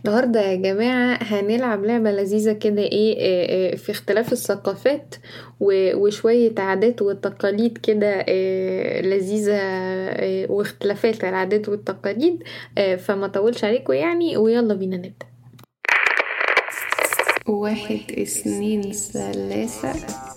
النهاردة يا جماعة هنلعب لعبة لذيذة كده في اختلاف الثقافات وشوية عادات وتقاليد كده لذيذة واختلافات العادات والتقاليد. فما طولش عليكم يعني، ويلا بينا نبدأ. 1 2 3.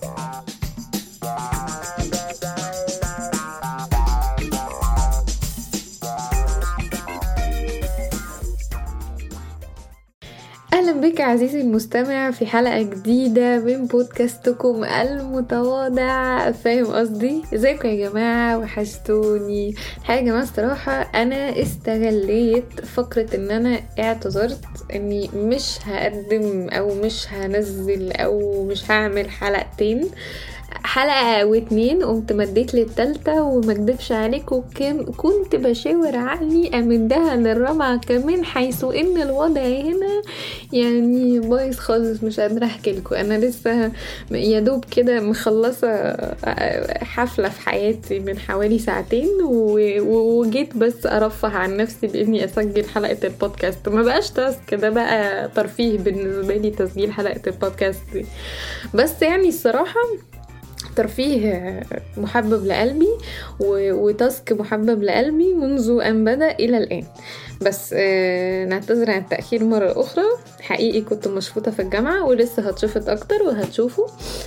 اهلا بك عزيزي المستمع في حلقة جديدة من بودكاستكم المتواضع. فاهم قصدي؟ ازيكم يا جماعة؟ وحشتوني الحقيقة يا جماعة. الصراحة انا استغليت فقرة ان انا اعتذرت اني مش هقدم او مش هنزل او مش هعمل حلقة او 2. قمت مديت للتالتة ومكدبش عليكم، كنت بشاور عقلي امدها للرابعة كمان، حيث ان الوضع هنا يعني بايظ خالص. مش قادرة احكي لكم، انا لسه يا دوب كده مخلصة حفلة في حياتي من حوالي ساعتين وجيت بس ارفه عن نفسي باني اسجل حلقة البودكاست. ما بقاش تاسك، ده بقى ترفيه بالنسبة لي تسجيل حلقة البودكاست دي. بس يعني الصراحة ترفيه محبب لقلبي وتاسك محبب لقلبي منذ أن بدأ إلى الآن. بس نعتذر عن التأخير مرة أخرى. حقيقي كنت مشفوطة في الجامعة ولسه هتشفط أكتر وهتشوفوا.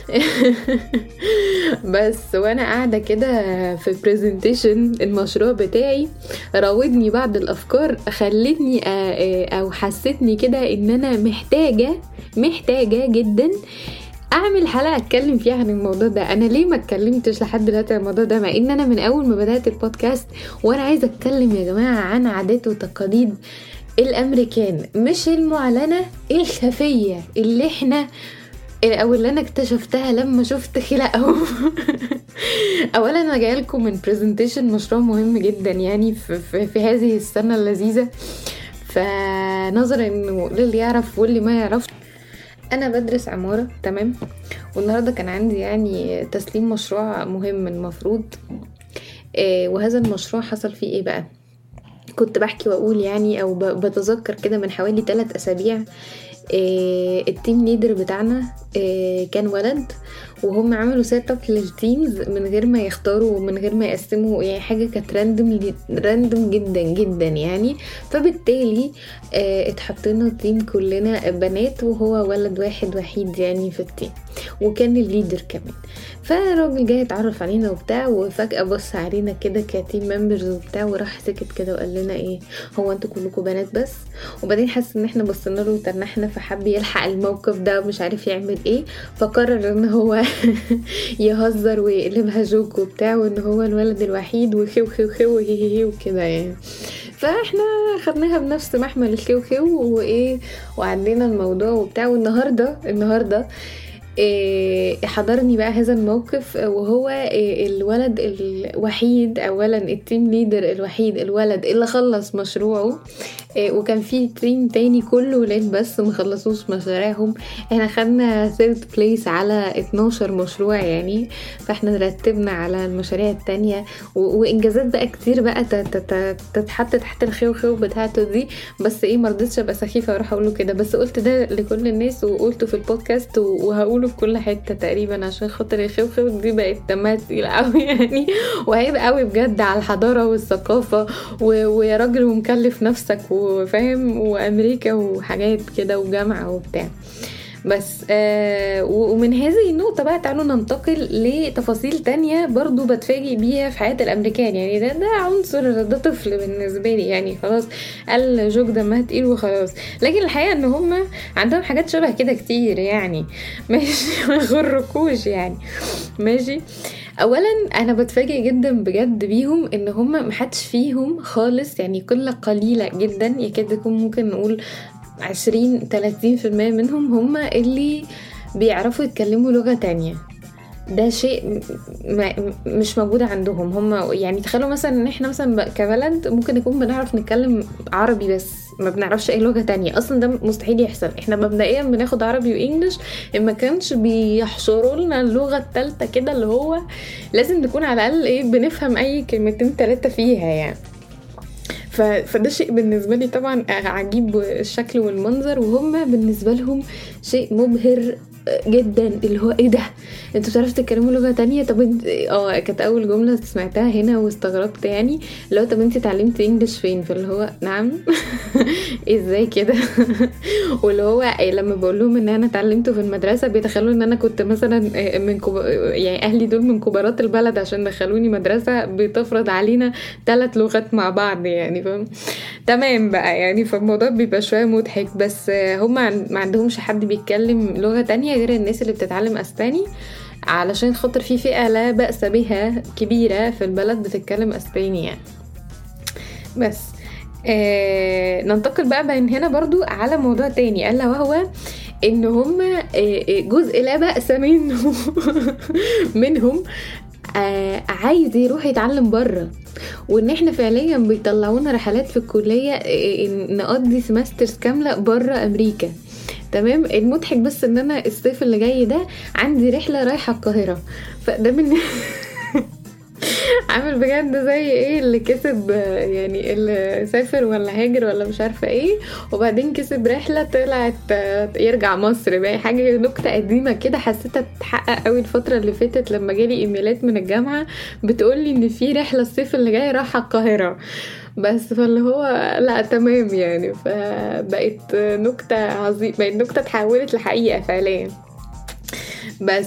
بس وأنا قاعدة كده في بريزنتيشن المشروع بتاعي راودني بعض الأفكار، خلتني أو حسيتني كده إن أنا محتاجة جدا اعمل حلقة اتكلم فيها عن الموضوع ده. انا ليه ما اتكلمتش لحد دلوقتي عن الموضوع ده، مع ان انا من اول ما بدأت البودكاست وانا عايزة اتكلم يا جماعة عن عادات وتقاليد الامريكان، مش المعلنة، الخفية اللي احنا او اللي انا اكتشفتها لما شفت خلقهم. اولا انا جايه لكم من بريزنتيشن مشروع مهم جدا يعني في هذه السنة اللذيذة. فنظرا انه للي يعرف واللي ما يعرفش، انا بدرس عمارة، تمام؟ والنهاردة كان عندي يعني تسليم مشروع مهم المفروض. وهذا المشروع حصل فيه ايه بقى؟ كنت بحكي واقول يعني او بتذكر كده من حوالي 3 أسابيع. التيم ليدر بتاعنا كان ولد، وهم عملوا سيت اب للتيمز من غير ما يختاروا ومن غير ما يقسموا، يعني حاجه كانت راندوم جدا جدا يعني. فبالتالي اتحطينا تيم كلنا بنات وهو ولد واحد وحيد يعني في التيم، وكان الليدر كمان. فالراجل جاي يتعرف علينا وبتاع، وفجأة بص علينا كده كتيم ممبرز وبتاع، وراح سكت كده وقال لنا ايه، هو انتوا كلكم بنات بس؟ وبعدين حس ان احنا بصينا له وتنحنا، فحب يلحق الموقف ده ومش عارف يعمل ايه، فقرر ان هو يهزر ويقلبها جوك وبتاع، وان هو الولد الوحيد وخيو خيو خيو هي وكده يعني. فاحنا خدناها بنفس محمل الخيو خيو وايه، وعدينا الموضوع وبتاع. والنهارده حضرني بقى هذا الموقف، وهو الولد الوحيد، اولا التيم ليدر الوحيد، الولد اللي خلص مشروعه. وكان في تيم تاني كله ولاد بس مخلصوش مشاريعهم. احنا خدنا ثيرد بليس على 12 مشروع يعني، فاحنا نرتبنا على المشاريع التانية وانجازات بقى كتير بقى تتحط تحت الخيو بتاعته دي. بس مرضتش ابقى سخيفة واروح اقوله كده، بس قلت ده لكل الناس وقلته في البودكاست وهقوله في كل حتة تقريبا، عشان خاطر الخيو دي بقت دمها تقيل قوي يعني، وهيبقى قوي بجد على الحضارة والثقافة ويا راجل ومكلف نفسك وفاهم وامريكا وحاجات كده وجامعة وبتاع. بس ومن هذه النقطة بقى تعالوا ننتقل لتفاصيل تانية برضو بتفاجئ بيها في حياة الامريكان. يعني ده عنصر، ده طفل بالنسبة لي يعني، خلاص قال جوك دمها تقيل وخلاص. لكن الحقيقة ان هم عندهم حاجات شبه كده كتير يعني، ماشي ما يغركوش يعني، ماشي. اولا انا بتفاجئ جدا بجد بيهم ان هم محدش فيهم خالص، يعني قلة قليلة جدا، يكاد يكون ممكن نقول 20-30% منهم هم اللي بيعرفوا يتكلموا لغة تانية. ده شيء مش موجود عندهم هم. يعني تخيلوا مثلا ان احنا مثلا كبلد ممكن نكون بنعرف نتكلم عربي بس ما بنعرفش اي لغة تانية اصلا، ده مستحيل يحصل. احنا مبدئيا بناخد عربي وانجليش، ما كانش بيحشروا لنا اللغة الثالثة كده، اللي هو لازم نكون على الاقل بنفهم اي 2-3 فيها يعني. فده شيء بالنسبة لي طبعا عجيب الشكل والمنظر، وهم بالنسبة لهم شيء مبهر جدا، اللي هو ايه ده انتوا بتعرفوا تتكلموا لغة تانية؟ طب انت كانت اول جملة سمعتها هنا واستغربت يعني، لو طب انت اتعلمتي انجلش فين؟ فاللي هو نعم ازاي كده واللي هو لما بقول لهم ان انا اتعلمته في المدرسة بيتخيلوا ان انا كنت مثلا من يعني اهلي دول من كبارات البلد عشان دخلوني مدرسة بتفرض علينا 3 لغات مع بعض يعني، فاهم؟ تمام بقى يعني. فالموضوع بيبقى شوية مضحك، بس هم ما عندهمش حد بيتكلم لغة تانية غير الناس اللي بتتعلم اسباني، علشان خاطر في فئة لا بأس بها كبيرة في البلد بتتكلم اسباني يعني. بس ننتقل بقى من هنا برضو على موضوع تاني، ألا وهو ان هم جزء لا بأس منه منهم عايز يروح يتعلم بره، وان احنا فعليا بيطلعونا رحلات في الكلية نقضي سمسترز كاملة بره امريكا. تمام. المضحك بس ان انا الصيف اللي جاي ده عندي رحلة رايحة القاهرة، فده من عامل بجد زي ايه اللي كسب يعني، اللي سافر ولا هاجر ولا مش عارفة ايه وبعدين كسب رحلة طلعت يرجع مصر بقى، حاجة نكتة قديمة كده حسيتها تتحقق قوي الفترة اللي فاتت لما جالي ايميلات من الجامعة بتقولي ان في رحلة الصيف اللي جاي رايحة القاهرة بس. فاللي هو لا تمام يعني، فبقت نكتة عظيمة، بقت نكتة تحولت لحقيقة فعليا. بس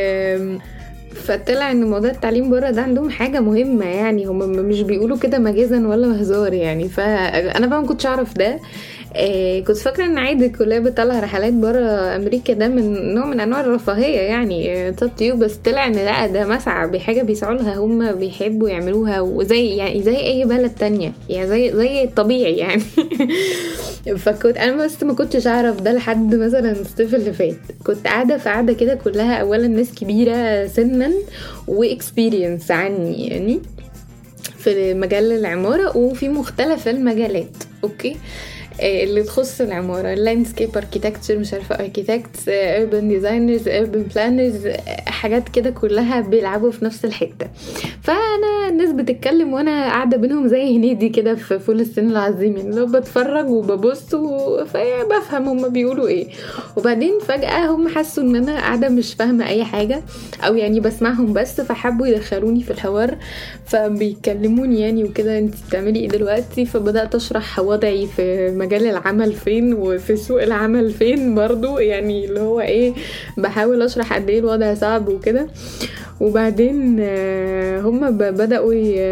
فطلع ان موضوع التعليم بره ده عندهم حاجة مهمة يعني، هم مش بيقولوا كده مجازا ولا هزار يعني. فانا بقى ما كنتش اعرف ده، كنت فاكرة ان عادي الكلية بتطلع رحلات بره امريكا ده من نوع من انواع الرفاهية يعني تطيو، بس طلع ان لا ده مسعى بحاجة بيسعوا لها، هم بيحبوا يعملوها، وزي يعني زي اي بلد تانية يعني، زي الطبيعي يعني فكنت انا بس ما كنتش اعرف ده لحد مثلا الصيف اللي فات، كنت قاعدة في قاعدة كده كلها اولا ناس كبيرة سنا واكسبيرينس عني يعني في مجال العمارة وفي مختلف المجالات. اوكي، اللي تخص العمارة، landscape architecture مش عارفة architects urban designers urban planners، حاجات كده كلها بيلعبوا في نفس الحتة. فأنا الناس بتتكلم وأنا قاعدة بينهم زي هنيدي كده في فول الصين العظيم، اللي بتفرج وببص فبفهم هم بيقولوا ايه، وبعدين فجأة هم حسوا ان انا قاعدة مش فاهمة اي حاجة او يعني بسمعهم بس، فحبوا يدخلوني في الحوار فبيكلموني يعني وكده انت بتعملي ايه دلوقتي، فبدأت اشرح وضعي في مجال العمل فين وفي سوق العمل فين برضو يعني، اللي هو ايه بحاول اشرح قد ايه الوضع صعب وكده. وبعدين هم بدأوا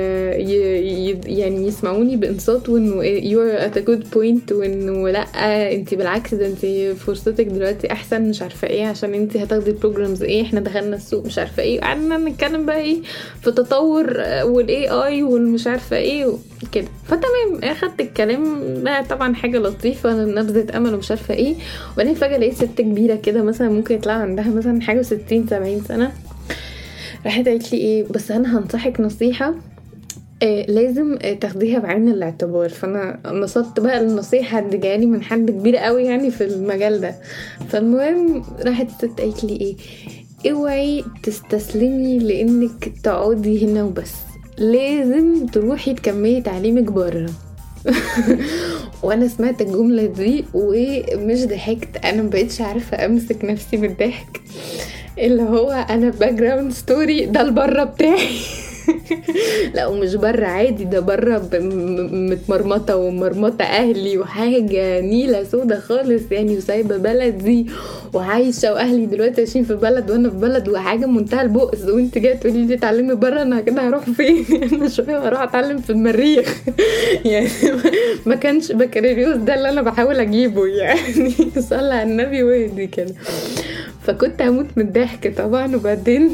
يعني يسمعوني بإنصات وانه you're at a good point، وانه لا انت بالعكس ده انت فرصتك دلوقتي احسن مش عارفة ايه عشان انت هتاخدي بروجرامز ايه، احنا دخلنا السوق مش عارفة ايه، قعدنا نتكلم بقى ايه في تطور والاي اي والمش عارفة ايه كده. فتمام اخدت الكلام ده طبعا حاجة لطيفة نبذة امل ومش عارفة ايه، وبعدين فجأة لقيت ست كبيرة كده مثلا ممكن يطلع عندها مثلا حاجة 60-70 سنة، راحت قالت لي ايه بس انا هنصحك نصيحة لازم تاخديها بعين الاعتبار. فانا انبسطت بقى النصيحة اللي جايالي من حد كبير قوي يعني في المجال ده. فالمهم راحت الست قالت لي ايه اوعي تستسلمي لانك تقعدي هنا وبس، لازم تروحي تكملي تعليمك بره وانا سمعت الجملة دي ومش ضحكت، انا مبقتش عارفة امسك نفسي من الضحك، اللي هو انا باك جراوند ستوري ده البره بتاعي لا ومش بره عادي، ده بره متمرمطه ومرمطه اهلي وحاجه نيله سودا خالص يعني، وسايبه بلدي وعايشه واهلي دلوقتي عايشين في بلد وانا في بلد، وحاجه منتهى البؤس، وانت جايه تقولي لي اتعلمي بره، انا كده هروح فين؟ انا شويه هروح اتعلم في المريخ يعني ما كانش بكالوريوس ده اللي انا بحاول اجيبه يعني صلى على النبي وهدي كده. فكنت هموت من الضحك طبعا، وبعدين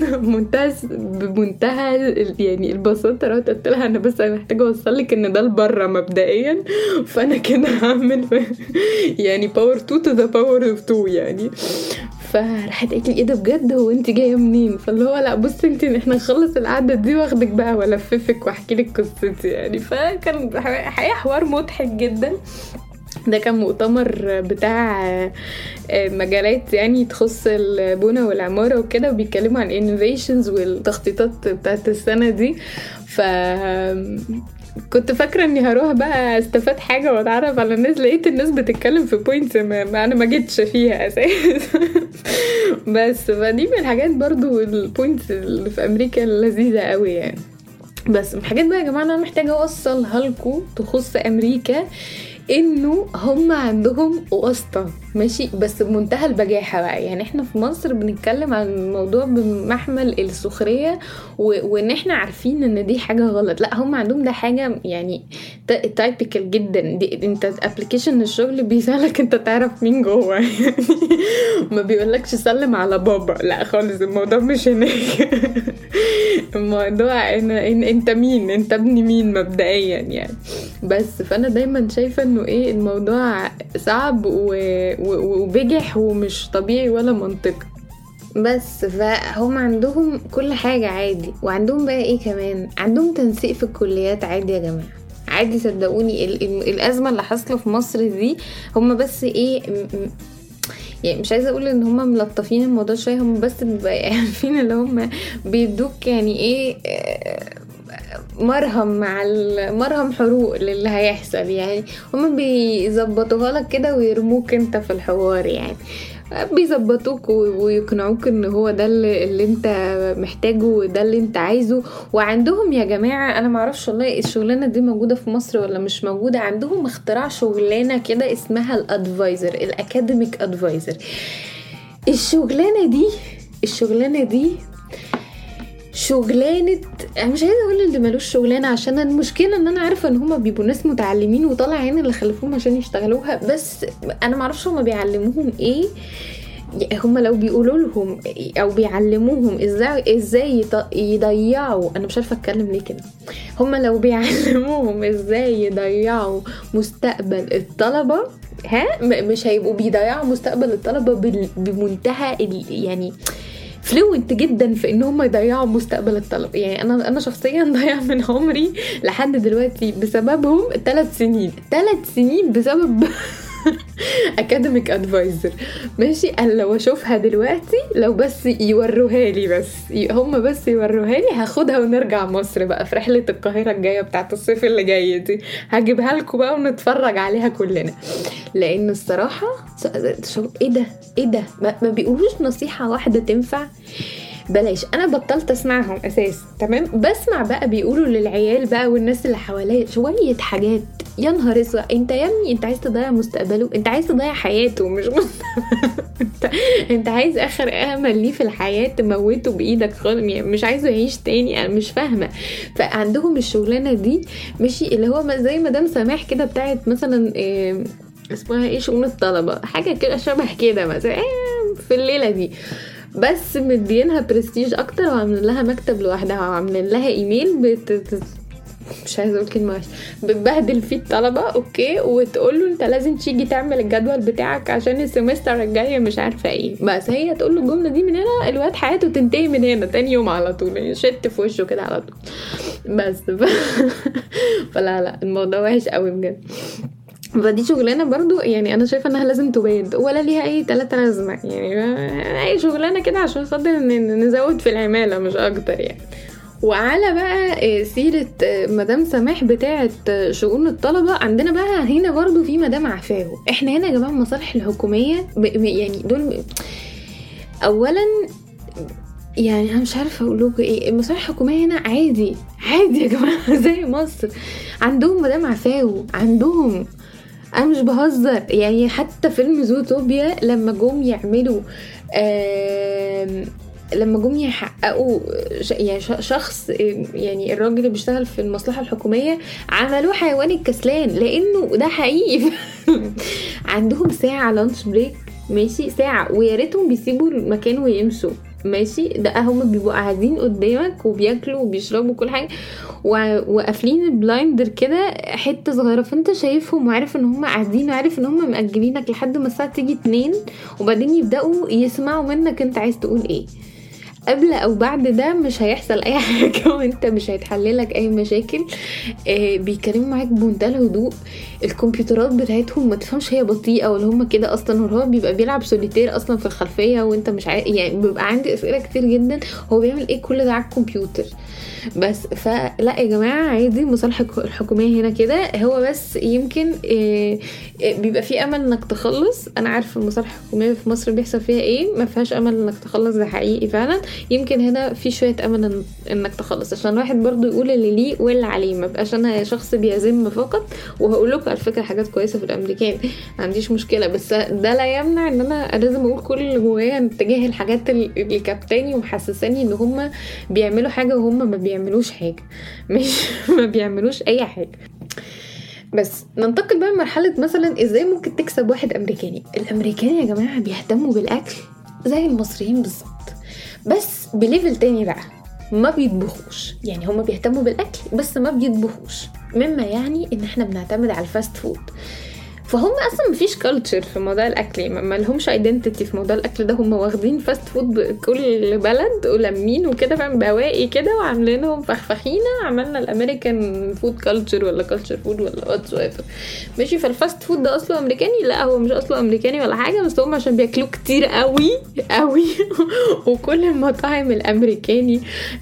بمنتهى يعني البساطه رحت قلت لها انا بس محتاجه اوصلك ان ده البره مبدئيا، فانا كده هعمل يعني باور 2 to the power of 2 يعني. فراحت قالت لي ايه ده بجد هو انت جايه منين؟ فاللي هو لا بصي انت احنا نخلص القعده دي واخدك بقى والففك واحكي لك قصتي يعني. فكان حقيقه حوار مضحك جدا. ده كان مؤتمر بتاع مجالات يعني تخص البنى والعمارة وكده، وبيتكلموا عن innovations والتخطيطات بتاعت السنة دي. كنت فاكره اني هروح بقى استفاد حاجه واتعرف على الناس، لقيت الناس بتتكلم في بوينتس ما انا ما جيتش فيها اساسا. بس فدي من الحاجات برضو البوينتس اللي في امريكا لذيذه قوي يعني. بس من حاجات بقى يا جماعه انا محتاجه اوصلها لكم تخص امريكا، انه هم عندهم واسطة ماشي، بس بمنتهى البجاحة بقى. يعني احنا في مصر بنتكلم عن الموضوع بمحمل السخرية وان احنا عارفين ان دي حاجة غلط. لا هم عندهم ده حاجة يعني تايبيكال جدا. دي انت ابليكيشن الشغل بيسألك انت تعرف مين جوه. يعني ما بيقولكش سلم على بابا، لا خالص، الموضوع مش هناك. الموضوع ان انت مين، انت ابن مين مبدئيا يعني. بس فانا دايما شايفة انه ايه الموضوع صعب وبجح ومش طبيعي ولا منطقي. بس فهم عندهم كل حاجة عادي، وعندهم بقى ايه كمان، عندهم تنسيق في الكليات عادي يا جماعة، عادي صدقوني. الازمة اللي حصلة في مصر دي هم بس ايه يعني مش عايزه اقول ان هم ملطفين الموضوع شويه، هم بس عارفين اللي هم بيدوك يعني ايه مرهم مع مرهم حروق للي هيحصل. يعني هم بيزبطوها لك كده ويرموك انت في الحوار، يعني بيزبطوك ويقنعوك ان هو ده اللي انت محتاجه وده اللي انت عايزه. وعندهم يا جماعة انا معرفش والله الشغلانة دي موجودة في مصر ولا مش موجودة، عندهم اختراع شغلانة كده اسمها الادفايزر، الاكاديميك ادفايزر. الشغلانة دي شغلانة، انا مش عايزه اقول اللي مالوش شغلانه، عشان المشكله ان انا عارفه ان هما بيبقوا ناس متعلمين وطالع عين اللي خلفوهم عشان يشتغلوها، بس انا معرفش هما بيعلموهم ايه. هما لو بيقولوا لهم او بيعلموهم ازاي يضيعوا، انا مش عارفه اتكلم ليه كده، هما لو بيعلموهم ازاي يضيعوا مستقبل الطلبه، مش هيبقوا بيضيعوا مستقبل الطلبه بمنتهى يعني فلوينت جدا في ان هم يضيعوا مستقبل الطلبه. يعني انا شخصيا ضيع من عمري لحد دلوقتي بسببهم 3 سنين بسبب اكاديميك ادفايزر ماشي. انا لو اشوفها دلوقتي، لو بس يوروها لي، بس هم بس يوروها لي، هاخدها ونرجع مصر بقى في رحله القاهره الجايه بتاعه الصيف اللي جاي دي، هجيبها لكم بقى ونتفرج عليها كلنا. لان الصراحه ايه ده ما بيقولوش نصيحه واحده تنفع، بلاش. انا بطلت اسمعهم اساس، تمام، بسمع بقى بيقولوا للعيال بقى والناس اللي حواليا شويه حاجات. يا نهار اسود، انت يا ابني انت عايز تضيع مستقبله، انت عايز تضيع حياته مش انت عايز اخر امل ليه في الحياه تموته بايدك خالص، يعني مش عايزه يعيش تاني. انا مش فاهمه. فعندهم الشغلانه دي ماشي، اللي هو زي مدام سماح كده بتاعت مثلا اسمها ايه، شؤون الطلبه، حاجه كده شبه كده مثلا في الليله دي، بس مدينها برستيج اكتر، وعاملين لها مكتب لوحدها، وعاملين لها ايميل مش عايزه اقول كلمه وحشه، بتبهدل فيه الطلبه، اوكي، وتقول له انت لازم تيجي تعمل الجدول بتاعك عشان السمستر الجاي مش عارفه ايه. بس هي تقول له الجمله دي من هنا، الواد حياته تنتهي من هنا تاني يوم على طول، شت في وشه كده على طول. بس فلا الموضوع وحش قوي بجد. فدي شغلانه برضو يعني انا شايفه انها لازم تباد، ولا ليها اي 3 لازمه، يعني اي شغلانه كده عشان خاطر نزود في العماله مش اكتر يعني. وعلى بقى سيرة مدام سماح بتاعة شؤون الطلبة، عندنا بقى هنا برضو في مدام عفاو. احنا هنا يا جماعة المصالح الحكومية يعني دول اولا، يعني انا مش عارفه اقول لكم ايه، المصالح الحكوميه هنا عادي يا جماعه زي مصر. عندهم مدام عفاو، عندهم، انا مش بهزر. يعني حتى فيلم زوتوبيا لما جم يعملوا لما جم يحققوا يعني شخص، يعني الراجل اللي بيشتغل في المصلحة الحكومية، عملوه حيوان الكسلان، لانه ده حقيقي. عندهم ساعة لانش بريك ماشي، ساعة، ويا ريتهم بيسيبوا المكان ويمشوا ماشي. ده هم بيبقوا قاعدين قدامك وبياكلوا وبيشربوا كل حاجه، وقافلين البلايندر كده حته صغيره، فانت شايفهم وعارف ان هم قاعدين، وعارف ان هم مأجلينك لحد ما الساعه تيجي 2، وبعدين يبداوا يسمعوا منك انت عايز تقول ايه. قبل او بعد ده مش هيحصل اي حاجه وانت مش هيتحللك اي مشاكل. بيتكلموا معاك بمنتهى الهدوء. الكمبيوترات بتاعتهم ما تفهمش هي بطيئه ولا هم كده اصلا، وهو بيبقى بيلعب سوليتير اصلا في الخلفيه وانت مش يعني بيبقى عندي اسئله كتير جدا، هو بيعمل ايه كل ده على الكمبيوتر؟ بس فلا يا جماعه عادي، المصالح الحكوميه هنا كده، هو بس يمكن بيبقى في امل انك تخلص. انا عارفه المصالح الحكوميه في مصر بيحصل فيها ايه، ما فيهاش امل انك تخلص، ده حقيقي فعلا. يمكن هنا في شويه امل انك تخلص، عشان الواحد برضو يقول اللي ليه واللي عليه، ما بقاش انا شخص بيذم فقط. وهقول لكم على فكره حاجات كويسه في الامريكان، ما عنديش مشكله، بس ده لا يمنع ان انا لازم اقول كل اللي جوايا تجاه الحاجات اللي كابتاني ومحسساني ان هم بيعملوا حاجه وهم ما بيعملوش حاجه، مش ما بيعملوش اي حاجه. بس ننتقل بقى لمرحله مثلا ازاي ممكن تكسب واحد امريكاني. الامريكان يا جماعه بيهتموا بالاكل زي المصريين بالظبط، بس بليفل تاني بقى، ما بيطبخوش. يعني هما بيهتموا بالاكل بس ما بيطبخوش، مما يعني ان احنا بنعتمد على الفاست فود. فهم اصلا مفيش كلتشر في موضوع الاكل، ما لهمش ايدنتيتي في موضوع الاكل ده. هم واخدين فاست فود كل بلد ولمين وكده، فاهم، بواقي كده وعاملينهم فخفخينه، عملنا الامريكان فود كلتشر ولا كلتشر فود ولا واتس ايفر. ماشي، فالفاست فود ده اصله امريكاني؟ لا، هو مش اصله امريكاني ولا حاجه، بس هم عشان بياكلوه كتير قوي قوي وكل المطاعم الامريكاني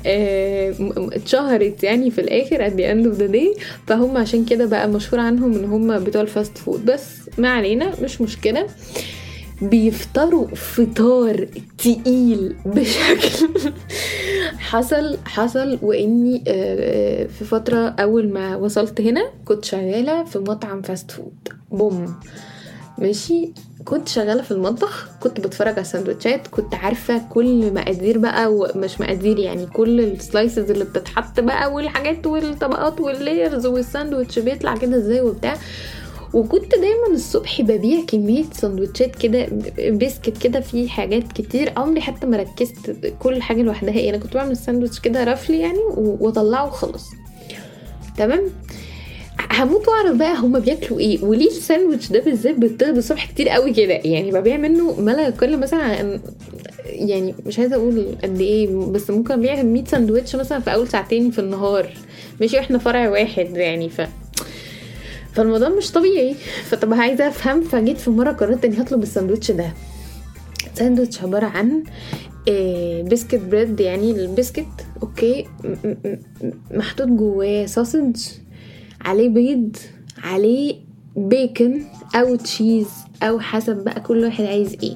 اتشهرت يعني في الاخر at the end of the day، فهم عشان كده بقى مشهور عنهم ان هم بتوع الفاست فود. بس ما علينا، مش مشكلة. بيفطروا فطار تقيل بشكل حصل واني في فترة اول ما وصلت هنا كنت شغالة في مطعم فاست فود. بوم، ماشي، كنت شغالة في المطبخ، كنت بتفرج على الساندوتشات، كنت عارفة كل مقادير بقى، ومش مقادير يعني كل السلايسز اللي بتتحط بقى والحاجات والطبقات والليرز، والساندوتش بيطلع كده ازاي وبتاع. وكنت دايما الصبح ببيع كمية ساندوتشات كده، بسكت كده فيه حاجات كتير، عمري حتى ما ركزت كل حاجة لوحدها ايه. انا كنت بعمل الساندوتش كده رفلي يعني واطلعه وخلص، تمام. هموت واعرف بقى هما بياكلوا ايه، وليه الساندوتش ده بالذات بيطلب الصبح كتير قوي كده. يعني ببيع منه ما لا يقل مثلا عن، يعني مش عايزه اقول قد ايه، بس ممكن ابيع 100 ساندوتش مثلا في اول ساعتين في النهار، ماشي، واحنا فرع واحد يعني. فالموضوع مش طبيعي. فطب عايزه افهم، فجيت في مره قررت اني هطلب الساندوتش ده. ساندوتش عباره عن بسكت بريد، يعني البسكت اوكي، محطوط جواه ساسج، عليه بيض، عليه بيكن او تشيز او حسب بقى كل واحد عايز ايه.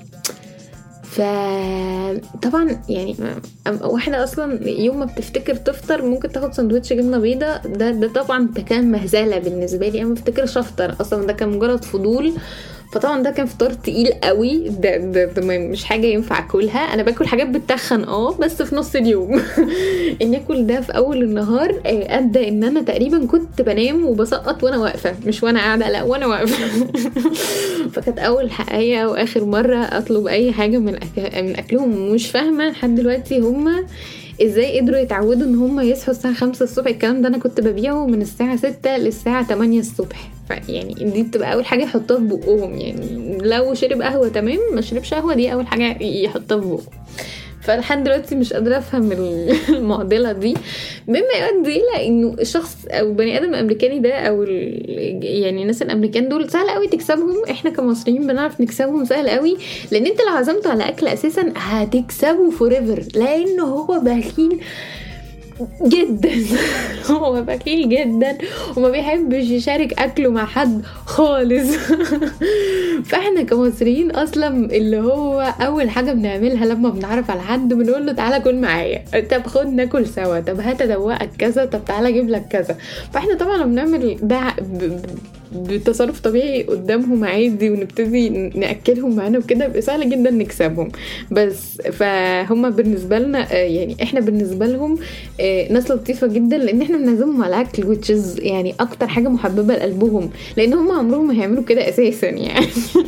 فطبعا يعني واحدة اصلا يوم ما بتفتكر تفطر ممكن تاخد سندوتش جبنة بيضة، ده طبعا ده كان مهزلة بالنسبة لي. انا ما بفتكرش افطر اصلا، ده كان مجرد فضول. فطبعا ده كان فطار تقيل قوي، ده مش حاجه ينفع اكلها. انا باكل حاجات بتخن بس في نص اليوم ان اكل ده في اول النهار ادى ان انا تقريبا كنت بنام وبسقط وانا واقفه، مش وانا قاعده، لا وانا واقفه. فكانت اول حقيقه واخر مره اطلب اي حاجه من اكلهم. مش فاهمه لحد دلوقتي هما ازاي قدروا يتعودوا ان هم يصحوا الساعه 5 الصبح. الكلام ده انا كنت ببيعه من الساعه 6 للساعه 8 الصبح، فيعني دي بتبقى اول حاجه يحطوها في بقهم. يعني لو شرب قهوه تمام، ما شربش قهوه دي اول حاجه يحطوها في بقه. فلحد دلوقتي مش قادره افهم المعضله دي، مما يؤدي الى انه الشخص او بني ادم الامريكاني ده او يعني الناس الامريكان دول سهل قوي تكسبهم. احنا كمصريين بنعرف نكسبهم سهل قوي، لان انت لو عزمته على اكل اساسا هتكسبه فوريفر، لانه هو بخيل جدا. هو بخيل جدا وما بيحبش يشارك اكله مع حد خالص. فاحنا كمصريين اصلا اللي هو اول حاجه بنعملها لما بنعرف على حد بنقول له تعالى كل معايا، طب خد ناكل سوا، طب هات ادوقك كذا، طب تعالى اجيب لك كذا. فاحنا طبعا بنعمل ده بتصرف طبيعي قدامهم عادي، ونبتدي ناكلهم معانا وكده، بقى سهل جدا نكسبهم. بس فهم بالنسبه لنا يعني احنا بالنسبه لهم ناس لطيفه جدا، لان احنا بنعزمهم على اكل which is يعني اكتر حاجه محببه لقلبهم، لان هم عمرهم ما هيعملوا كده اساسا يعني.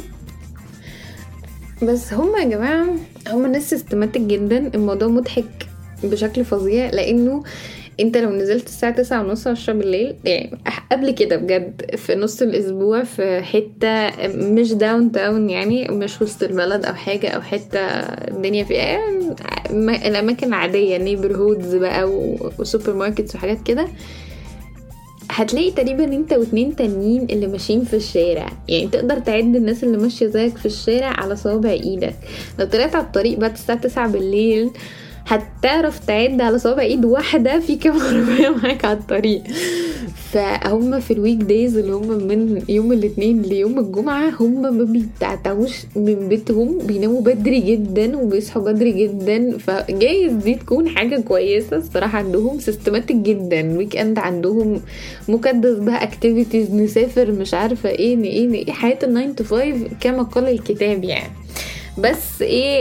بس هم يا جماعه هم ناس سيستماتيك جدا. الموضوع مضحك بشكل فظيع، لانه انت لو نزلت الساعة 9:30 10 بالليل، يعني قبل كده بجد في نص الاسبوع في حتة مش داون تاون، يعني مش وسط البلد او حاجة او حتة الدنيا فيها الاماكن العادية نيبرهودز بقى وسوبر ماركتس وحاجات كده، هتلاقي تقريبا انت واتنين تانيين اللي ماشيين في الشارع. يعني تقدر تعد الناس اللي ماشية زيك في الشارع على صوابع ايدك. لو طلعت على الطريق بعد الساعة 9 بالليل هتعرف تعد على صوابع ايد واحدة في كام عربية معاك على الطريق. فهم في الويك دايز اللي هم من يوم الاثنين ليوم الجمعة هم ما بيتعتوش من بيتهم، بيناموا بدري جدا وبيصحوا بدري جدا. فجايز دي تكون حاجة كويسة الصراحة. عندهم سيستماتيك جدا، ويك اند عندهم مكدس بقى اكتيفيتيز، نسافر مش عارفة ايه حياة 9 to 5 كما قال الكتاب يعني. بس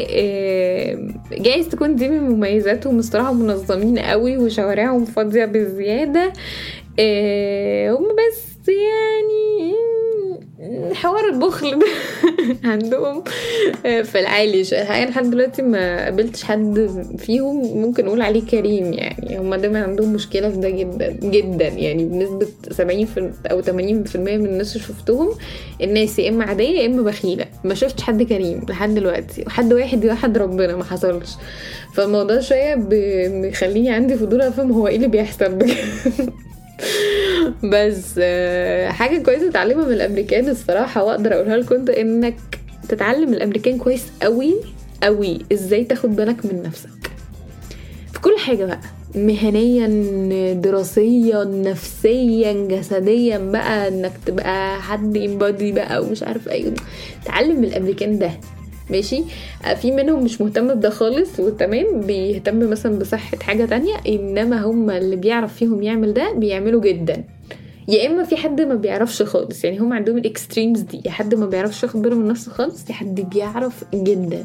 جايز تكون دي من مميزاتهم الصراحة. منظمين قوي وشوارعهم فاضية بزيادة. هم بس يعني حوار البخل ده عندهم في العالي. يعني لحد دلوقتي ما قابلتش حد فيهم ممكن اقول عليه كريم. يعني هم دايما عندهم مشكلة في ده جدا جدا. يعني بنسبة 70 أو 80% من الناس اللي شفتهم الناس يا اما عادية يا اما بخيلة. ما شفتش حد كريم لحد دلوقتي، وحد واحد ربنا ما حصلش. فالموضوع شوية بيخليني عندي فضول افهم هو ايه اللي بيحصل بجد. بس حاجة كويسة تتعلمها من الامريكان الصراحة، واقدر اقولها لكم انت، انك تتعلم الامريكان كويس قوي قوي ازاي تاخد بالك من نفسك في كل حاجة بقى، مهنيا دراسيا نفسيا جسديا بقى، انك تبقى حد ينبادي بقى ومش عارف ايه. تعلم من الامريكان ده ماشي. في منهم مش مهتم بده خالص وتمام، بيهتم مثلا بصحة حاجة تانية، انما هم اللي بيعرف فيهم يعمل ده بيعملوا جدا. يا اما في حد ما بيعرفش خالص، يعني هم عندهم الاكستريمز دي، يا حد ما بيعرفش ياخد باله من نفسه خالص، يا حد بيعرف جدا.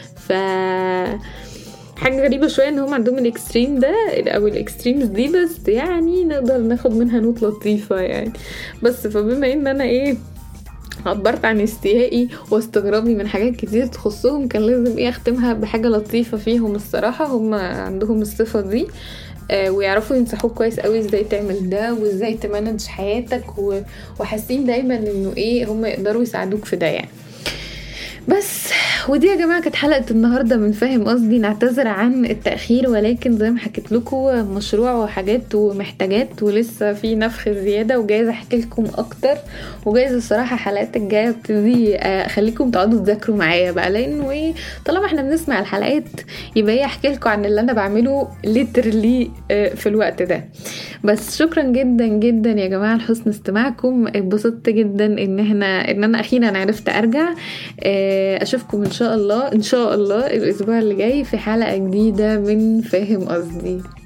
حاجة غريبة شوية ان هم عندهم الاكستريم ده او الاكستريمز دي، بس يعني نقدر ناخد منها نوت لطيفة يعني. بس فبما ان انا عبرت عن استيائي واستغرابي من حاجات كتير تخصهم، كان لازم اختمها بحاجة لطيفة فيهم الصراحة. هم عندهم الصفة دي ويعرفوا ينصحوك كويس قوي ازاي تعمل ده وازاي تمانج حياتك، وحاسين دايما انه هم يقدروا يساعدوك في ده يعني. بس ودي يا جماعة كانت حلقة النهاردة من فاهم قصدي. نعتذر عن التأخير، ولكن زي ما حكيت لكم مشروع وحاجات ومحتاجات ولسه في نفخ زيادة، وجايز احكي لكم اكتر. وجايز الصراحة حلقات الجاية ابتدي اخليكم تقعدوا تذاكروا معايا بقى، لانه طالما احنا بنسمع الحلقات يبقى احكي لكم عن اللي انا بعمله ليترلي في الوقت ده. بس شكرا جدا جدا يا جماعة لحسن استماعكم. اتبسطت جدا ان انا اخيرا عرفت ارجع. اشوفكم ان شاء الله الاسبوع اللي جاي في حلقة جديدة من فاهم قصدي.